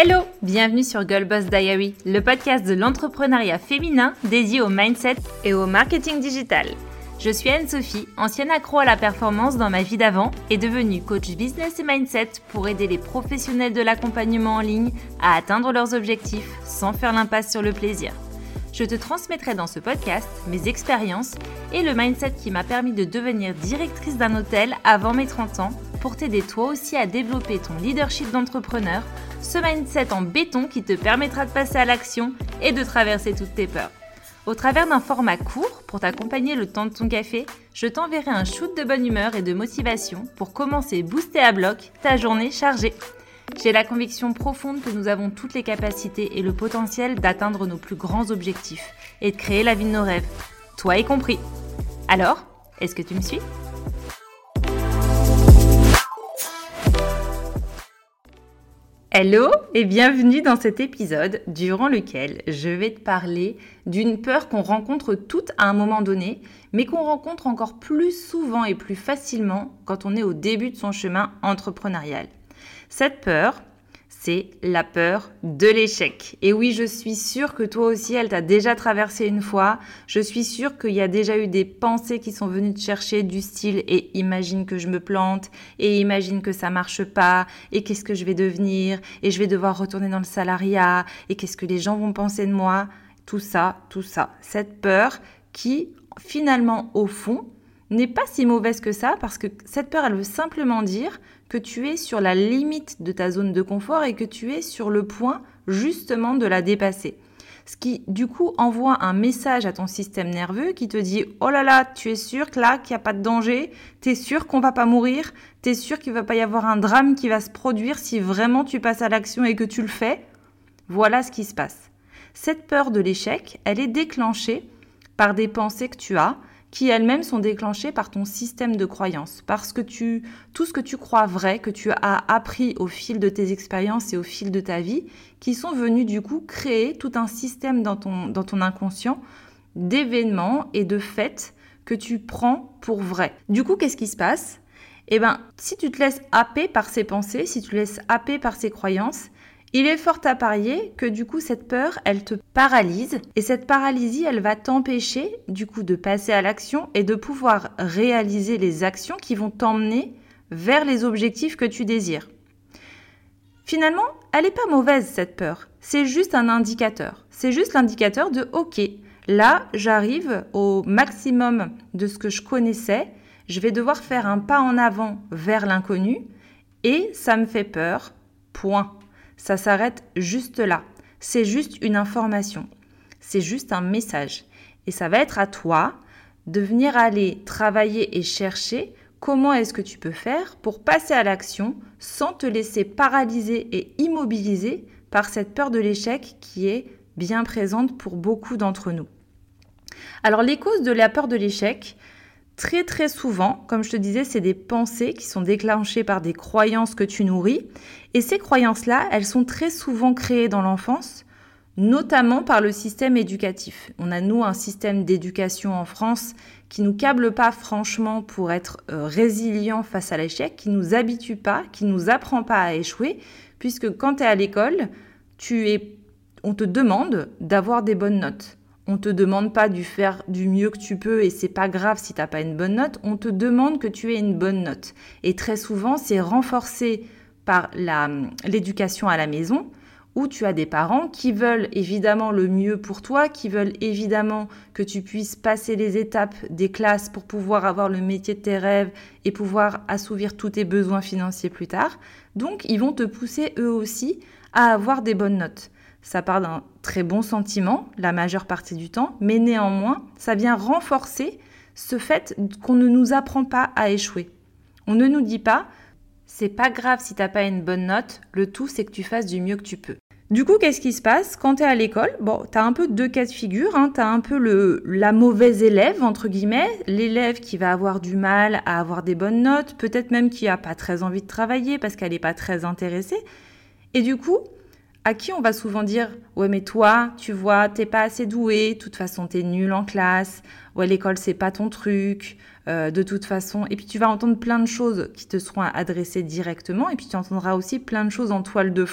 Hello, bienvenue sur Girl Boss Diary, le podcast de l'entrepreneuriat féminin dédié au mindset et au marketing digital. Je suis Anne-Sophie, ancienne accro à la performance dans ma vie d'avant et devenue coach business et mindset pour aider les professionnels de l'accompagnement en ligne à atteindre leurs objectifs sans faire l'impasse sur le plaisir. Je te transmettrai dans ce podcast mes expériences et le mindset qui m'a permis de devenir directrice d'un hôtel avant mes 30 ans pour t'aider toi aussi à développer ton leadership d'entrepreneur, ce mindset en béton qui te permettra de passer à l'action et de traverser toutes tes peurs. Au travers d'un format court pour t'accompagner le temps de ton café, je t'enverrai un shoot de bonne humeur et de motivation pour commencer booster à bloc ta journée chargée. J'ai la conviction profonde que nous avons toutes les capacités et le potentiel d'atteindre nos plus grands objectifs et de créer la vie de nos rêves, toi y compris. Alors, est-ce que tu me suis ? Hello et bienvenue dans cet épisode durant lequel je vais te parler d'une peur qu'on rencontre toutes à un moment donné, mais qu'on rencontre encore plus souvent et plus facilement quand on est au début de son chemin entrepreneurial. Cette peur, c'est la peur de l'échec. Et oui, je suis sûre que toi aussi, elle t'a déjà traversé une fois. Je suis sûre qu'il y a déjà eu des pensées qui sont venues te chercher du style « et imagine que je me plante » et « imagine que ça marche pas » et « qu'est-ce que je vais devenir » et « je vais devoir retourner dans le salariat » et « qu'est-ce que les gens vont penser de moi ?» Tout ça. Cette peur qui, finalement, au fond, n'est pas si mauvaise que ça parce que cette peur, elle veut simplement dire que tu es sur la limite de ta zone de confort et que tu es sur le point justement de la dépasser. Ce qui, du coup, envoie un message à ton système nerveux qui te dit « Oh là là, tu es sûr que là, qu'il n'y a pas de danger? T'es sûr qu'on va pas mourir? T'es sûr qu'il va pas y avoir un drame qui va se produire si vraiment tu passes à l'action et que tu le fais ?» Voilà ce qui se passe. Cette peur de l'échec, elle est déclenchée par des pensées que tu as, qui elles-mêmes sont déclenchées par ton système de croyances. Parce que tout ce que tu crois vrai, que tu as appris au fil de tes expériences et au fil de ta vie, qui sont venus du coup créer tout un système dans ton inconscient d'événements et de faits que tu prends pour vrai. Du coup, qu'est-ce qui se passe ? Si tu te laisses happer par ces pensées, si tu te laisses happer par ces croyances, il est fort à parier que du coup cette peur, elle te paralyse et cette paralysie, elle va t'empêcher du coup de passer à l'action et de pouvoir réaliser les actions qui vont t'emmener vers les objectifs que tu désires. Finalement, elle n'est pas mauvaise cette peur, c'est juste un indicateur. C'est juste l'indicateur de OK, là j'arrive au maximum de ce que je connaissais, je vais devoir faire un pas en avant vers l'inconnu et ça me fait peur, point. Ça s'arrête juste là. C'est juste une information. C'est juste un message. Et ça va être à toi de venir aller travailler et chercher comment est-ce que tu peux faire pour passer à l'action sans te laisser paralyser et immobiliser par cette peur de l'échec qui est bien présente pour beaucoup d'entre nous. Alors les causes de la peur de l'échec, très très souvent, comme je te disais, c'est des pensées qui sont déclenchées par des croyances que tu nourris. Et ces croyances-là, elles sont très souvent créées dans l'enfance, notamment par le système éducatif. On a, nous, un système d'éducation en France qui ne nous câble pas franchement pour être résilient face à l'échec, qui ne nous habitue pas, qui ne nous apprend pas à échouer, puisque quand tu es à l'école, on te demande d'avoir des bonnes notes. On ne te demande pas de faire du mieux que tu peux et c'est pas grave si tu n'as pas une bonne note. On te demande que tu aies une bonne note. Et très souvent, c'est renforcé par l'éducation à la maison où tu as des parents qui veulent évidemment le mieux pour toi, qui veulent évidemment que tu puisses passer les étapes des classes pour pouvoir avoir le métier de tes rêves et pouvoir assouvir tous tes besoins financiers plus tard. Donc, ils vont te pousser eux aussi à avoir des bonnes notes. Ça part d'un très bon sentiment, la majeure partie du temps, mais néanmoins, ça vient renforcer ce fait qu'on ne nous apprend pas à échouer. On ne nous dit pas, c'est pas grave si t'as pas une bonne note, le tout c'est que tu fasses du mieux que tu peux. Du coup, qu'est-ce qui se passe quand tu es à l'école ? Bon, tu as un peu deux cas de figure, tu as un peu la mauvaise élève, entre guillemets, l'élève qui va avoir du mal à avoir des bonnes notes, peut-être même qui n'a pas très envie de travailler parce qu'elle n'est pas très intéressée. Et du coup, à qui on va souvent dire « Ouais, mais toi, tu vois, t'es pas assez doué, de toute façon, t'es nul en classe, ouais, l'école, c'est pas ton truc, de toute façon. » Et puis, tu vas entendre plein de choses qui te seront adressées directement et puis tu entendras aussi plein de choses en toile de fond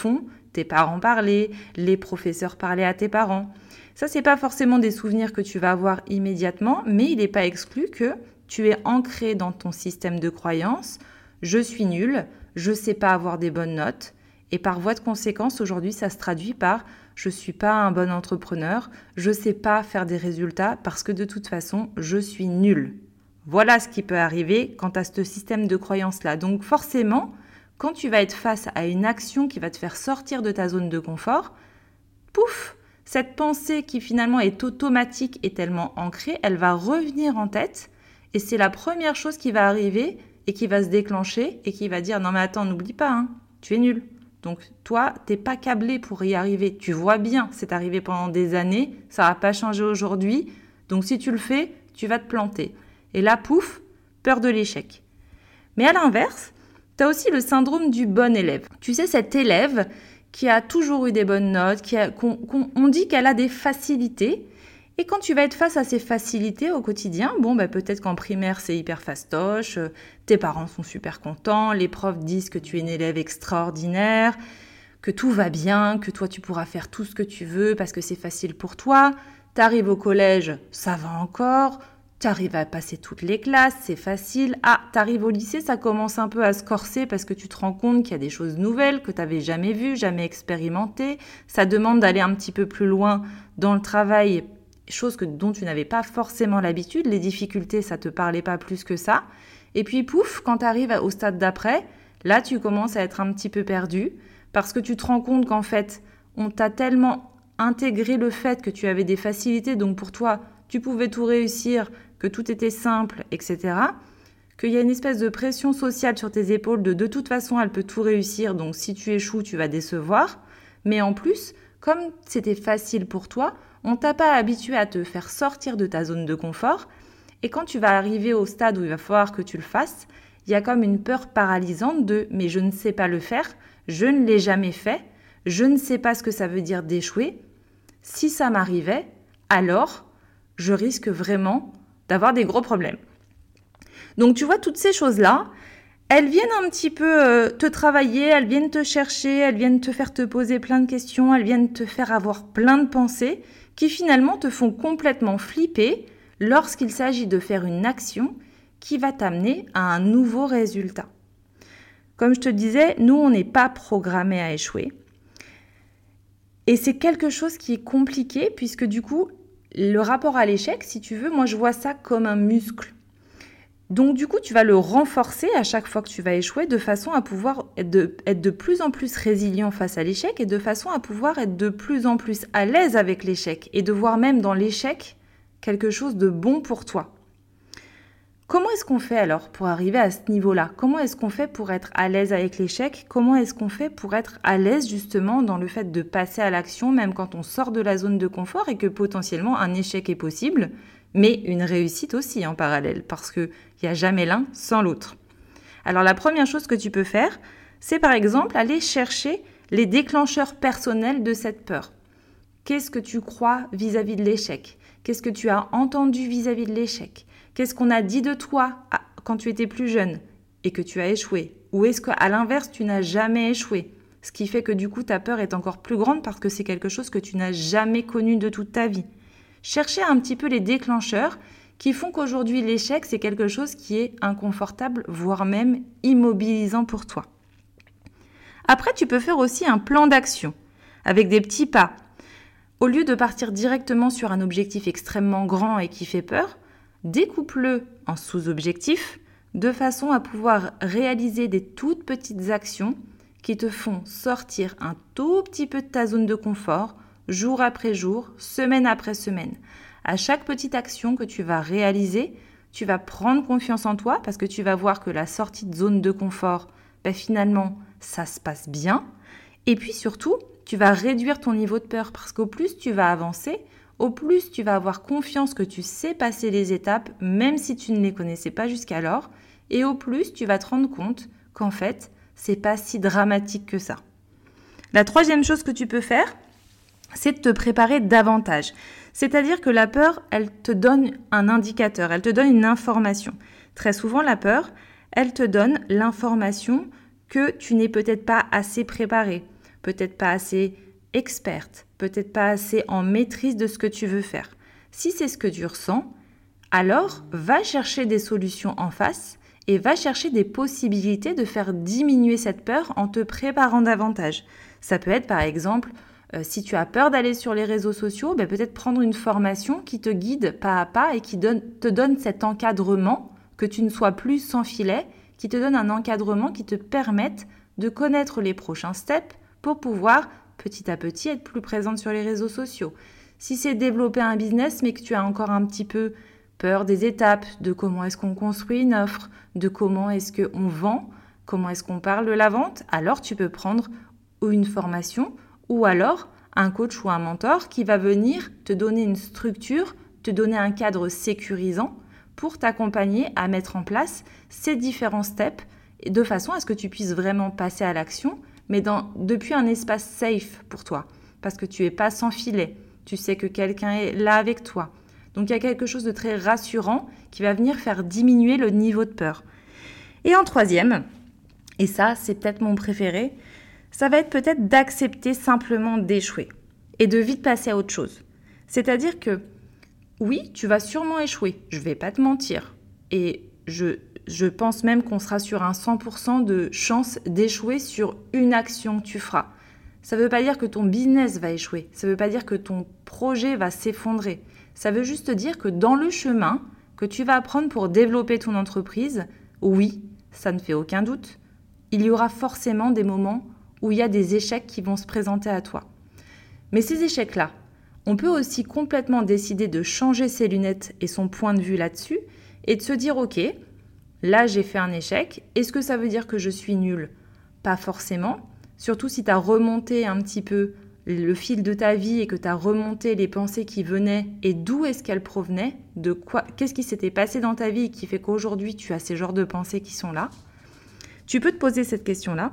tes parents parlaient, les professeurs parlaient à tes parents. Ça, c'est pas forcément des souvenirs que tu vas avoir immédiatement, mais il n'est pas exclu que tu es ancré dans ton système de croyance. Je suis nul, je sais pas avoir des bonnes notes. Et par voie de conséquence, aujourd'hui, ça se traduit par je suis pas un bon entrepreneur, je sais pas faire des résultats parce que de toute façon, je suis nul. Voilà ce qui peut arriver quant à ce système de croyance-là. Donc forcément, quand tu vas être face à une action qui va te faire sortir de ta zone de confort, pouf, cette pensée qui finalement est automatique et tellement ancrée, elle va revenir en tête et c'est la première chose qui va arriver et qui va se déclencher et qui va dire « Non mais attends, n'oublie pas, hein, tu es nul ». Donc toi, t'es pas câblé pour y arriver. Tu vois bien, c'est arrivé pendant des années, ça va pas changer aujourd'hui. Donc si tu le fais, tu vas te planter. Et là, pouf, peur de l'échec. Mais à l'inverse, tu as aussi le syndrome du bon élève. Tu sais, cet élève qui a toujours eu des bonnes notes, on dit qu'elle a des facilités. Et quand tu vas être face à ces facilités au quotidien, peut-être qu'en primaire, c'est hyper fastoche, tes parents sont super contents, les profs disent que tu es une élève extraordinaire, que tout va bien, que toi, tu pourras faire tout ce que tu veux parce que c'est facile pour toi. Tu arrives au collège, ça va encore. Tu arrives à passer toutes les classes, c'est facile. Ah, tu arrives au lycée, ça commence un peu à se corser parce que tu te rends compte qu'il y a des choses nouvelles que tu n'avais jamais vues, jamais expérimentées. Ça demande d'aller un petit peu plus loin dans le travail, chose dont tu n'avais pas forcément l'habitude. Les difficultés, ça ne te parlait pas plus que ça. Et puis, pouf, quand tu arrives au stade d'après, là, tu commences à être un petit peu perdu parce que tu te rends compte qu'en fait, on t'a tellement intégré le fait que tu avais des facilités, donc pour toi, tu pouvais tout réussir, que tout était simple, etc., qu'il y a une espèce de pression sociale sur tes épaules de toute façon, elle peut tout réussir, donc si tu échoues, tu vas décevoir. Mais en plus, comme c'était facile pour toi, on t'a pas habitué à te faire sortir de ta zone de confort. Et quand tu vas arriver au stade où il va falloir que tu le fasses, il y a comme une peur paralysante de « mais je ne sais pas le faire, je ne l'ai jamais fait, je ne sais pas ce que ça veut dire d'échouer. Si ça m'arrivait, alors je risque vraiment d'avoir des gros problèmes. » Donc tu vois, toutes ces choses-là, elles viennent un petit peu te travailler, elles viennent te chercher, elles viennent te faire te poser plein de questions, elles viennent te faire avoir plein de pensées qui finalement te font complètement flipper lorsqu'il s'agit de faire une action qui va t'amener à un nouveau résultat. Comme je te disais, nous, on n'est pas programmés à échouer. Et c'est quelque chose qui est compliqué puisque du coup, le rapport à l'échec, si tu veux, moi je vois ça comme un muscle. Donc du coup, tu vas le renforcer à chaque fois que tu vas échouer de façon à pouvoir être de plus en plus résilient face à l'échec et de façon à pouvoir être de plus en plus à l'aise avec l'échec et de voir même dans l'échec quelque chose de bon pour toi. Comment est-ce qu'on fait alors pour arriver à ce niveau-là ? Comment est-ce qu'on fait pour être à l'aise avec l'échec ? Comment est-ce qu'on fait pour être à l'aise justement dans le fait de passer à l'action même quand on sort de la zone de confort et que potentiellement un échec est possible, mais une réussite aussi en parallèle parce qu'il n'y a jamais l'un sans l'autre. Alors la première chose que tu peux faire, c'est par exemple aller chercher les déclencheurs personnels de cette peur. Qu'est-ce que tu crois vis-à-vis de l'échec ? Qu'est-ce que tu as entendu vis-à-vis de l'échec ? Qu'est-ce qu'on a dit de toi quand tu étais plus jeune et que tu as échoué ? Ou est-ce qu'à l'inverse, tu n'as jamais échoué ? Ce qui fait que du coup, ta peur est encore plus grande parce que c'est quelque chose que tu n'as jamais connu de toute ta vie. Cherchez un petit peu les déclencheurs qui font qu'aujourd'hui, l'échec, c'est quelque chose qui est inconfortable, voire même immobilisant pour toi. Après, tu peux faire aussi un plan d'action avec des petits pas. Au lieu de partir directement sur un objectif extrêmement grand et qui fait peur, découpe-le en sous-objectifs de façon à pouvoir réaliser des toutes petites actions qui te font sortir un tout petit peu de ta zone de confort, jour après jour, semaine après semaine. À chaque petite action que tu vas réaliser, tu vas prendre confiance en toi parce que tu vas voir que la sortie de zone de confort, finalement, ça se passe bien. Et puis surtout, tu vas réduire ton niveau de peur parce qu'au plus tu vas avancer, au plus tu vas avoir confiance que tu sais passer les étapes, même si tu ne les connaissais pas jusqu'alors, et au plus tu vas te rendre compte qu'en fait, c'est pas si dramatique que ça. La troisième chose que tu peux faire, c'est de te préparer davantage. C'est-à-dire que la peur, elle te donne un indicateur, elle te donne une information. Très souvent, la peur, elle te donne l'information que tu n'es peut-être pas assez préparé. peut-être pas assez experte, peut-être pas assez en maîtrise de ce que tu veux faire. Si c'est ce que tu ressens, alors va chercher des solutions en face et va chercher des possibilités de faire diminuer cette peur en te préparant davantage. Ça peut être par exemple, si tu as peur d'aller sur les réseaux sociaux, peut-être prendre une formation qui te guide pas à pas et qui te donne cet encadrement, que tu ne sois plus sans filet, qui te donne un encadrement qui te permette de connaître les prochains steps pour pouvoir petit à petit être plus présente sur les réseaux sociaux. Si c'est développer un business mais que tu as encore un petit peu peur des étapes, de comment est-ce qu'on construit une offre, de comment est-ce qu'on vend, comment est-ce qu'on parle de la vente, alors tu peux prendre une formation ou alors un coach ou un mentor qui va venir te donner une structure, te donner un cadre sécurisant pour t'accompagner à mettre en place ces différents steps de façon à ce que tu puisses vraiment passer à l'action, mais depuis un espace safe pour toi, parce que tu n'es pas sans filet, tu sais que quelqu'un est là avec toi. Donc il y a quelque chose de très rassurant qui va venir faire diminuer le niveau de peur. Et en troisième, et ça c'est peut-être mon préféré, ça va être peut-être d'accepter simplement d'échouer et de vite passer à autre chose. C'est-à-dire que oui, tu vas sûrement échouer, je ne vais pas te mentir. Et je pense même qu'on sera sur un 100% de chance d'échouer sur une action que tu feras. Ça ne veut pas dire que ton business va échouer, ça ne veut pas dire que ton projet va s'effondrer. Ça veut juste dire que dans le chemin que tu vas prendre pour développer ton entreprise, oui, ça ne fait aucun doute, il y aura forcément des moments où il y a des échecs qui vont se présenter à toi. Mais ces échecs-là, on peut aussi complètement décider de changer ses lunettes et son point de vue là-dessus et de se dire « Ok, là j'ai fait un échec, est-ce que ça veut dire que je suis nulle ?» Pas forcément, surtout si tu as remonté un petit peu le fil de ta vie et que tu as remonté les pensées qui venaient et d'où est-ce qu'elles provenaient, qu'est-ce qui s'était passé dans ta vie qui fait qu'aujourd'hui tu as ces genres de pensées qui sont là. Tu peux te poser cette question-là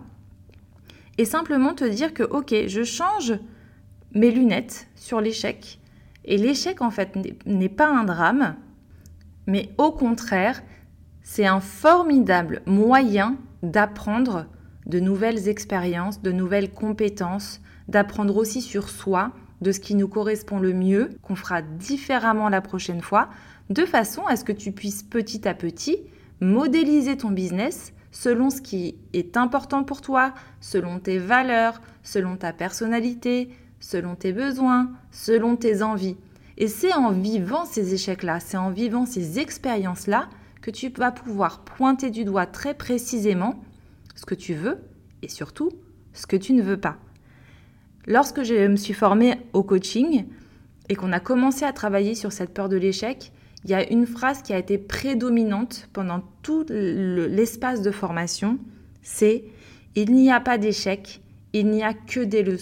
et simplement te dire que ok, je change mes lunettes sur l'échec. Et l'échec, en fait, n'est pas un drame, mais au contraire, c'est un formidable moyen d'apprendre de nouvelles expériences, de nouvelles compétences, d'apprendre aussi sur soi, de ce qui nous correspond le mieux, qu'on fera différemment la prochaine fois, de façon à ce que tu puisses petit à petit modéliser ton business selon ce qui est important pour toi, selon tes valeurs, selon ta personnalité, selon tes besoins, selon tes envies. Et c'est en vivant ces échecs-là, c'est en vivant ces expériences-là que tu vas pouvoir pointer du doigt très précisément ce que tu veux et surtout ce que tu ne veux pas. Lorsque je me suis formée au coaching et qu'on a commencé à travailler sur cette peur de l'échec, il y a une phrase qui a été prédominante pendant tout l'espace de formation, c'est « Il n'y a pas d'échec, il n'y a que des leçons ».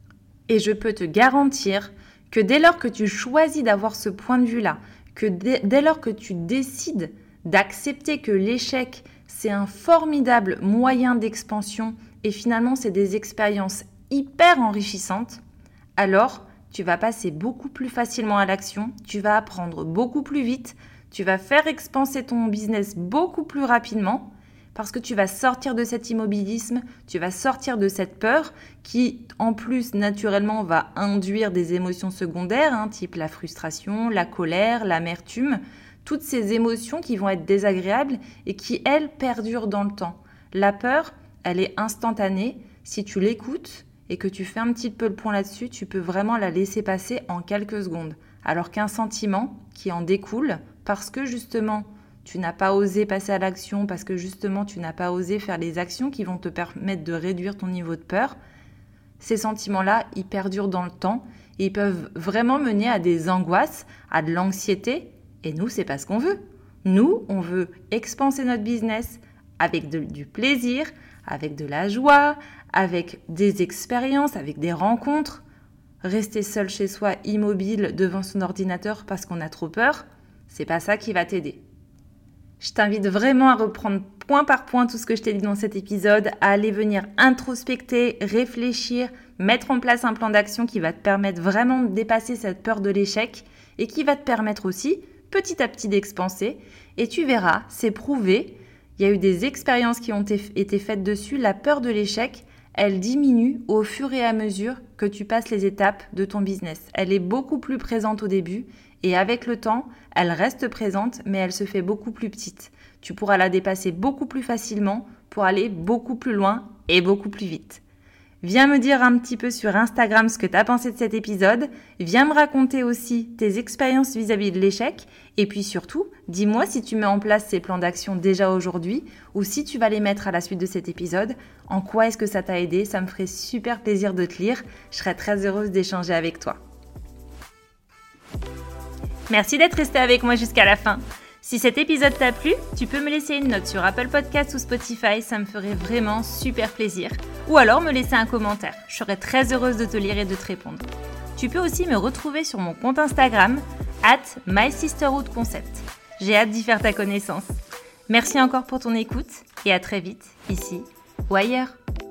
Et je peux te garantir que dès lors que tu choisis d'avoir ce point de vue-là, que dès lors que tu décides d'accepter que l'échec, c'est un formidable moyen d'expansion et finalement c'est des expériences hyper enrichissantes, alors tu vas passer beaucoup plus facilement à l'action, tu vas apprendre beaucoup plus vite, tu vas faire expanser ton business beaucoup plus rapidement parce que tu vas sortir de cet immobilisme, tu vas sortir de cette peur qui, en plus, naturellement, va induire des émotions secondaires, type la frustration, la colère, l'amertume, toutes ces émotions qui vont être désagréables et qui, elles, perdurent dans le temps. La peur, elle est instantanée. Si tu l'écoutes et que tu fais un petit peu le point là-dessus, tu peux vraiment la laisser passer en quelques secondes. Alors qu'un sentiment qui en découle, parce que justement, tu n'as pas osé passer à l'action, parce que justement, tu n'as pas osé faire les actions qui vont te permettre de réduire ton niveau de peur, ces sentiments-là, ils perdurent dans le temps et ils peuvent vraiment mener à des angoisses, à de l'anxiété. Et nous, c'est pas ce qu'on veut. Nous, on veut expanser notre business avec du plaisir, avec de la joie, avec des expériences, avec des rencontres. Rester seul chez soi, immobile, devant son ordinateur parce qu'on a trop peur, c'est pas ça qui va t'aider. Je t'invite vraiment à reprendre point par point tout ce que je t'ai dit dans cet épisode, à aller venir introspecter, réfléchir, mettre en place un plan d'action qui va te permettre vraiment de dépasser cette peur de l'échec et qui va te permettre aussi, petit à petit, d'expanser. Et tu verras, c'est prouvé, il y a eu des expériences qui ont été faites dessus, la peur de l'échec, elle diminue au fur et à mesure que tu passes les étapes de ton business. Elle est beaucoup plus présente au début et avec le temps, elle reste présente mais elle se fait beaucoup plus petite. Tu pourras la dépasser beaucoup plus facilement pour aller beaucoup plus loin et beaucoup plus vite. Viens me dire un petit peu sur Instagram ce que tu as pensé de cet épisode. Viens me raconter aussi tes expériences vis-à-vis de l'échec. Et puis surtout, dis-moi si tu mets en place ces plans d'action déjà aujourd'hui ou si tu vas les mettre à la suite de cet épisode. En quoi est-ce que ça t'a aidé ? Ça me ferait super plaisir de te lire. Je serais très heureuse d'échanger avec toi. Merci d'être resté avec moi jusqu'à la fin. Si cet épisode t'a plu, tu peux me laisser une note sur Apple Podcasts ou Spotify, ça me ferait vraiment super plaisir. Ou alors me laisser un commentaire, je serais très heureuse de te lire et de te répondre. Tu peux aussi me retrouver sur mon compte Instagram, @mysisterhoodconcept. J'ai hâte d'y faire ta connaissance. Merci encore pour ton écoute et à très vite, ici ou ailleurs.